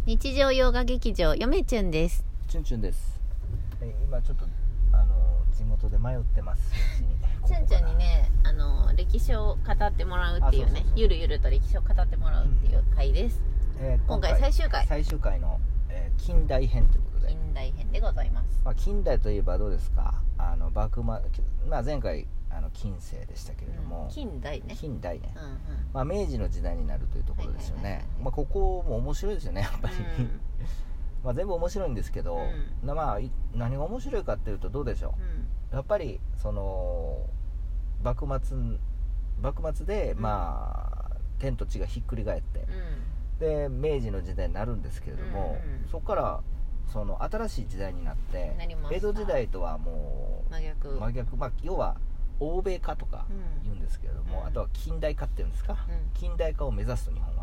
日常洋画劇場よめちゅんです。 チュンチュンです。今ちょっと地元で迷ってます。 チュンチュンにね歴史を語ってもらうっていうね、そうゆるゆると歴史を語ってもらうっていう回です。今回最終回の、 近代編ということで。 近代編でございます。 近代といえばどうですか。幕末、前回近世でしたけれども、 近代ね、 明治の時代になるというところですよね。ここも面白いですよね、やっぱり、全部面白いんですけど、何が面白いかっていうとどうでしょう、やっぱりその幕末で、天と地がひっくり返って、で明治の時代になるんですけれども、そこからその新しい時代になって江戸時代とはもう真逆、要は欧米化とか言うんですけれども、あとは近代化っていうんですか、近代化を目指すと日本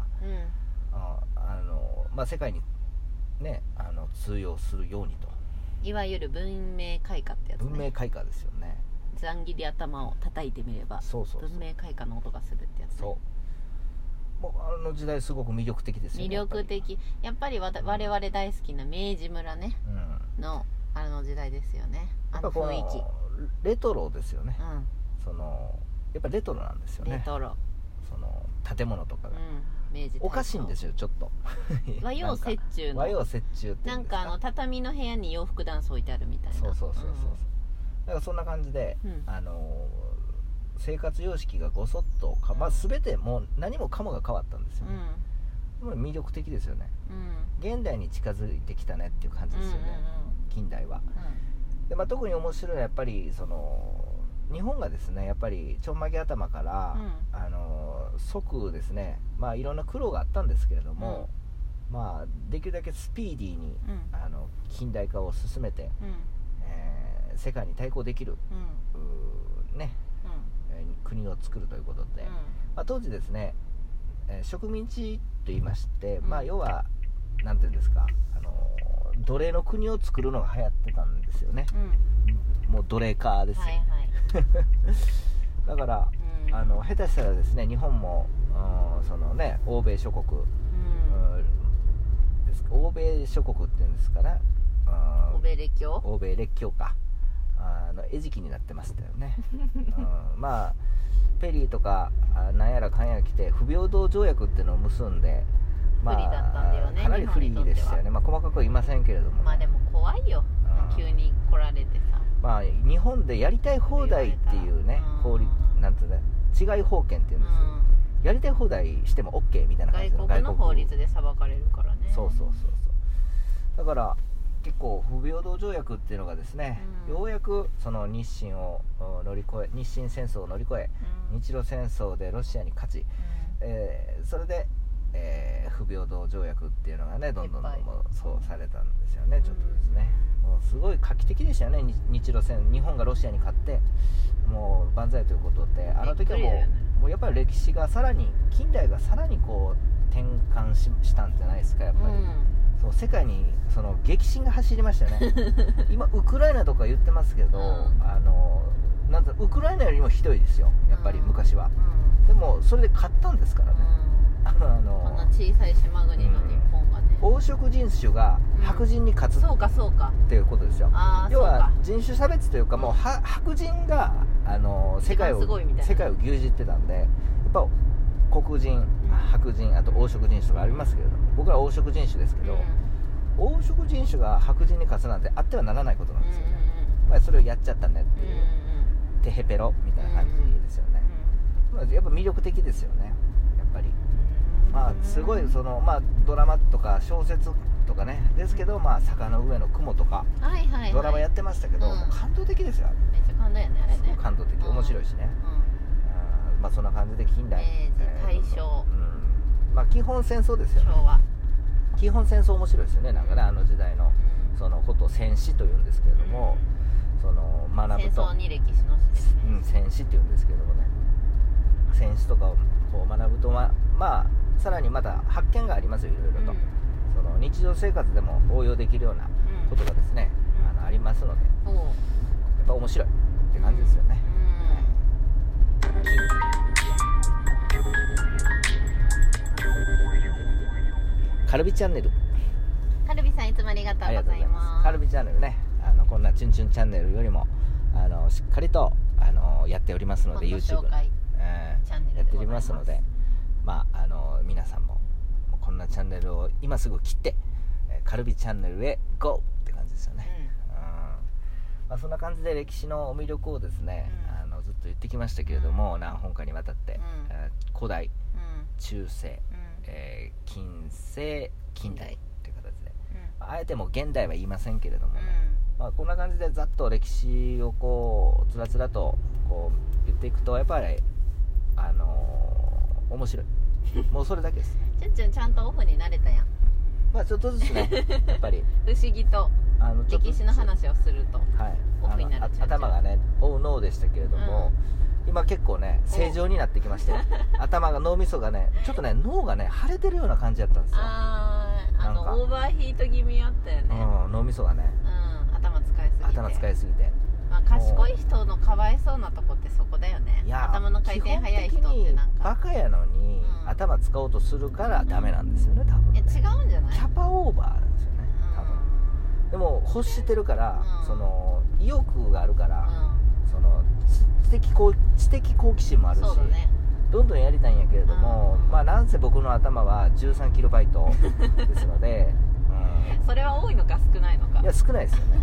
は、世界にね通用するようにと、 いわゆる文明開化ってやつね。 文明開化ですよね。 ざん切り頭を叩いてみれば文明開化の音がするってやつね。 そうもう時代すごく魅力的ですよね。 魅力的。やっぱり我々大好きな明治村ね、の時代ですよね。雰囲気レトロですよね、やっぱレトロなんですよね。 レトロ、 その建物とかが、 明治おかしいんですよ、ちょっと和洋折衷の和洋折衷っていうんですか、 畳の部屋に洋服ダンス置いてあるみたいな。 そうだからそんな感じで、生活様式がごそっと全てもう何もかもが変わったんですよね。魅力的ですよね、現代に近づいてきたねっていう感じですよね、近代は。で、特に面白いのはやっぱりその日本がですね、やっぱりちょんまげ頭から、即ですね、いろんな苦労があったんですけれども、できるだけスピーディーに、近代化を進めて、世界に対抗できる、国を作るということで、当時ですね、植民地といいまして、要はなんていうんですか、奴隷の国を作るのが流行ってたんですよね、もう奴隷化ですよ、だから、下手したらですね、日本もそのね、欧米諸国、欧米諸国っていうんですかね、欧米列強か餌食になってましたよね、ペリーとかなんやらかんやら来て不平等条約っていうのを結んで、 不利だったんだよね、 かなり不利でしたよね。細かくは言いませんけれども、 でも怖いよ、急に来られてさ。 日本でやりたい放題っていうね、法律なんてね、違い法権っていうんですよ、やりたい放題しても OK みたいな感じの外国の法律で裁かれるからね。 そうだから結構不平等条約っていうのがですね、ようやくその日清戦争を乗り越え、日露戦争でロシアに勝ち、それで、不平等条約っていうのがね、どんどんそうされたんですよね。ちょっとですね、もうすごい画期的でしたよね。日本がロシアに勝ってもう万歳ということで、あの時はもうやっぱり歴史がさらに、近代がさらにこう転換したんじゃないですか、やっぱり。そう世界にその激震が走りましたよね今ウクライナとか言ってますけど、なんウクライナよりもひどいですよ、やっぱり昔は、でもそれで勝ったんですからね、 こんな小さい島国の日本がね、 黄色人種が白人に勝つ、っていうことですよ。要は人種差別というか、もう白人が世界を牛耳ってたんで、やっぱ黒人、白人、あと黄色人種とかありますけれども、僕ら黄色人種ですけど、黄色人種が白人に勝つなんてあってはならないことなんですよね。それをやっちゃったねっていう、テヘペロみたいな感じですよね。やっぱ魅力的ですよね、やっぱり。すごいその、ドラマとか小説とかねですけど、坂の上の雲とか、ドラマやってましたけど、感動的ですよ。 めっちゃ感動やね、あれね。 すごい感動的、面白いしね。そんな感じで近代、 明治、大正、 基本戦争ですよね。 昭和、 基本戦争面白いですよね。なんかね、あの時代のそのことを戦史というんですけれども、その学ぶと戦争に歴史の史ですね。 戦史っていうんですけれどもね、戦史とかをこう学ぶと、さらにまた発見がありますよ、いろいろと。その日常生活でも応用できるようなことがですね、ありますので、やっぱ面白いって感じですよね。 カルビチャンネル、 カルビさんいつもありがとうございます。 カルビチャンネルね、こんなチュンチュンチャンネルよりもしっかりとやっておりますので、 YouTube 紹介チャンネルやっておりますので、まあ皆さんもこんなチャンネルを今すぐ切ってカルビチャンネルへ GO って感じですよね、まあ、そんな感じで歴史の魅力をですね、ずっと言ってきましたけれども、何本かにわたって、古代、中世、近世、近代という形で、あえても現代は言いませんけれどもね、まあ、こんな感じでざっと歴史をこうつらつらとこう言っていくと、やっぱり面白いもうそれだけです。 ちゅんちゅんちゃんとオフになれたやん。 まあちょっとずつねやっぱり不思議と歴史の話をすると、はい、オフになるちゅんちゅん頭がねオウノーでしたけれども、今結構ね正常になってきまして頭が脳みそがねちょっとね脳がね腫れてるような感じだったんですよ。 オーバーヒート気味あったよね、 脳みそがね、頭使いすぎて、 まあ、賢い人のかわいそうなとこってそこだよね。頭の回転速い人ってなんかバカやのに、頭使おうとするからダメなんですよね、多分ね。 違うんじゃない？ キャパオーバーなんですよね、多分。でも欲してるから、その意欲があるから、その知的好奇心もあるし、ね、どんどんやりたいんやけれども、まあなんせ僕の頭は13キロバイトですので、 それは多いのか少ないのか。いや少ないですよね。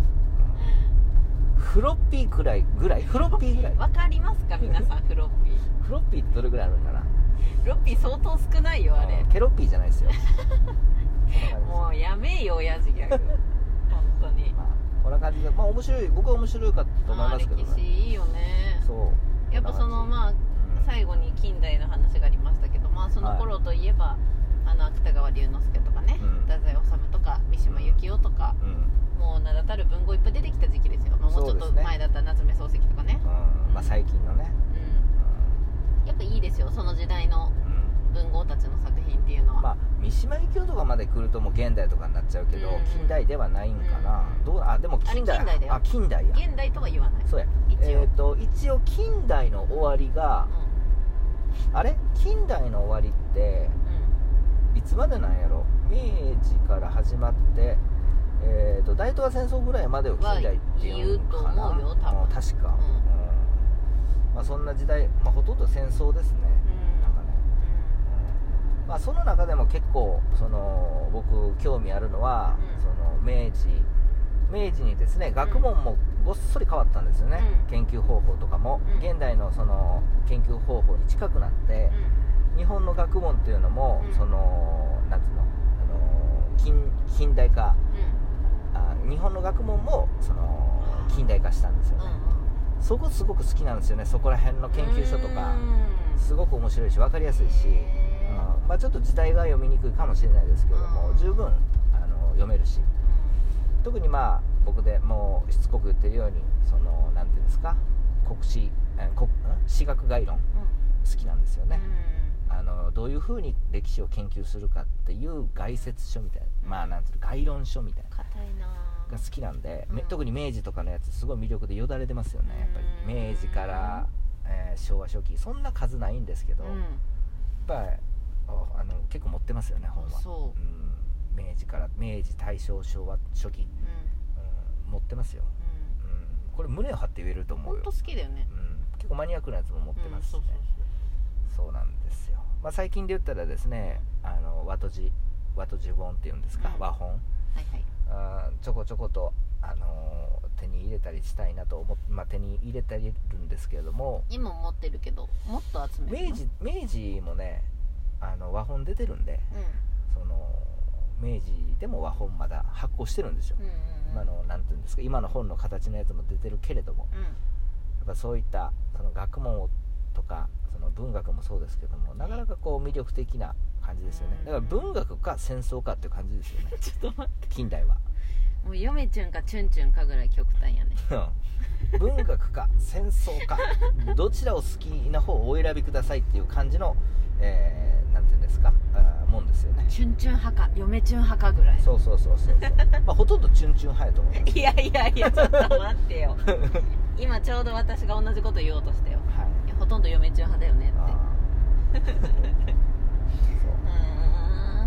フロッピーぐらいわかりますか皆さん。フロッピーってどれぐらいあるんかな。 フロッピー相当少ないよあれ。 ケロッピーじゃないですよもうやめよ親父ギャグ本当に、 まあ、こんな感じで、まあ面白い、僕は面白いかと思いますけどね。 歴史いいよね。 そうやっぱそのまあ、最後に近代の話がありましたけど、まあその頃といえば、芥川龍之介とかね、太宰治とか三島由紀夫とか、もう名だたる文豪いっぱい出てきた時期ですよ。もうちょっと前だったら夏目漱石とかね、 まあ最近のね、 やっぱいいですよ、その時代の文豪たちの作品っていうのは。 まあ三島由紀夫とかまで来るともう現代とかになっちゃうけど、近代ではないんかな。どうでも近代だよ。近代や。 現代とは言わない。 そうや。一応近代の終わりが、あれ近代の終わりっていつまでなんやろ。明治から始まって大東亜戦争ぐらいまでを近代っていうのかな。 言うと思うよ多分。 確か、まあそんな時代、まあほとんど戦争ですね、なんかね、まあその中でも結構その僕興味あるのは、その明治にですね、学問もごっそり変わったんですよね、研究方法とかも、現代のその研究方法に近くなって、日本の学問っていうのも、そのなんていうの、近代化、日本の学問もその近代化したんですよね、そこすごく好きなんですよね。そこら辺の研究書とかすごく面白いし分かりやすいし、まあ、ちょっと時代が読みにくいかもしれないですけども、十分読めるし、特にまあ僕でもうしつこく言ってるように、そのなんていうんですか、史学概論好きなんですよね。どういうふうに歴史を研究するかっていう概説書みたいな、まあなんていう概論書みたいなが好きなんで、特に明治とかのやつすごい魅力でよだれ出ますよね。やっぱり明治から、昭和初期そんな数ないんですけど、やっぱり結構持ってますよね本は。明治大正昭和初期、持ってますよ、これ胸を張って言えると思うよ。 本当好きだよね、 結構マニアックなやつも持ってますしね。そうなんですよ。まあ、最近で言ったらですね、和とじ本っていうんですか、和本、ちょこちょこと手に入れたりしたいなと思って、まあ、手に入れてるんですけれども、 今持ってるけどもっと集めるの。 明治もね和本出てるんで、その明治でも和本まだ発行してるんですよ、今のなんていうんですか、今の本の形のやつも出てるけれども、やっぱそういったその学問とかその文学もそうですけども、なかなかこう魅力的な感じですよね。だから文学か戦争かっていう感じですよねちょっと待って、 近代はもう嫁ちゅんかチュンチュンかぐらい極端やね文学か戦争かどちらを好きな方をお選びくださいっていう感じの、なんていうんですか、もんですよね。 チュンチュン派か嫁チュン派かぐらい。 そうまあほとんどチュンチュン派やと思います。 いやちょっと待ってよ今ちょうど私が同じこと言おうとしたよ、いやほとんど嫁チュン派だよねってま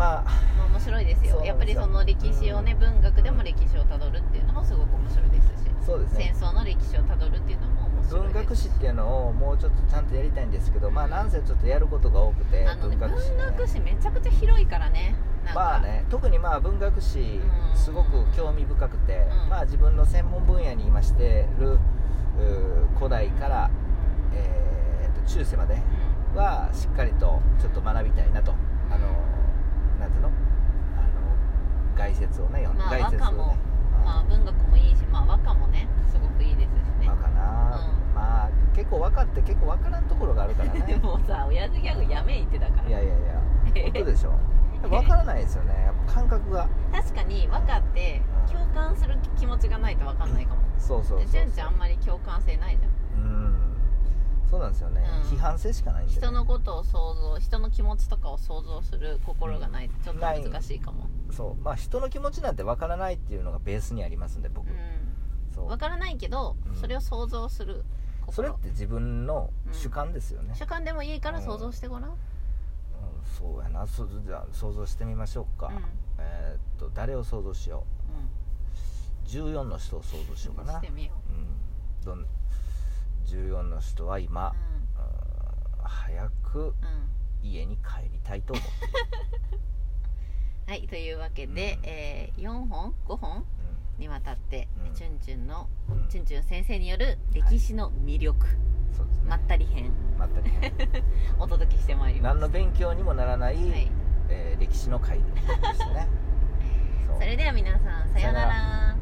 まあ面白いですよ。やっぱりその歴史をね、文学でも歴史をたどるっていうのもすごく面白いですし、 そうですね、 戦争の歴史をたどるっていうのも面白いです。 文学史っていうのをもうちょっとちゃんとやりたいんですけど、まあなんせちょっとやることが多くて、 文学史めちゃくちゃ広いからね。 まあね、特にまあ文学史すごく興味深くて、まあ自分の専門分野に今してる古代から、中世まではしっかりとちょっと学びたいなと、なんていうの、概説をね読んで、概説をね、 まあ文学もいいし、まあ和歌もねすごくいいですしね。 和歌な、まあ結構和歌って結構分からんところがあるからね。 もうさ、親父ギャグやめ言ってたから。 いや本当でしょ。分からないですよね、やっぱ感覚が。 確かに和歌って共感する気持ちがないと分かんないかも。 そう純ちゃんあんまり共感性ないじゃん。 そうなんですよね、批判性しかないんで、ね、 人のことを想像、人の気持ちとかを想像する心がないとちょっと難しいかも。 そう、まあ人の気持ちなんて分からないっていうのがベースにありますんで、僕、 そう分からないけど、それを想像する心、 それって自分の主観ですよね、 主観でもいいから想像してごらん。 そうやな。じゃあ想像してみましょうか。誰を想像しよう。14の人を想像しようかな。 してみよう。 14の人は今、早く家に帰りたいと思っている。 はい、というわけで、4本5本にわたって、チュンチュン先生による歴史の魅力、 そうですね、 まったり編お届けしてまいります。 何の勉強にもならない、歴史の回ですね。 それでは皆さん、さようなら。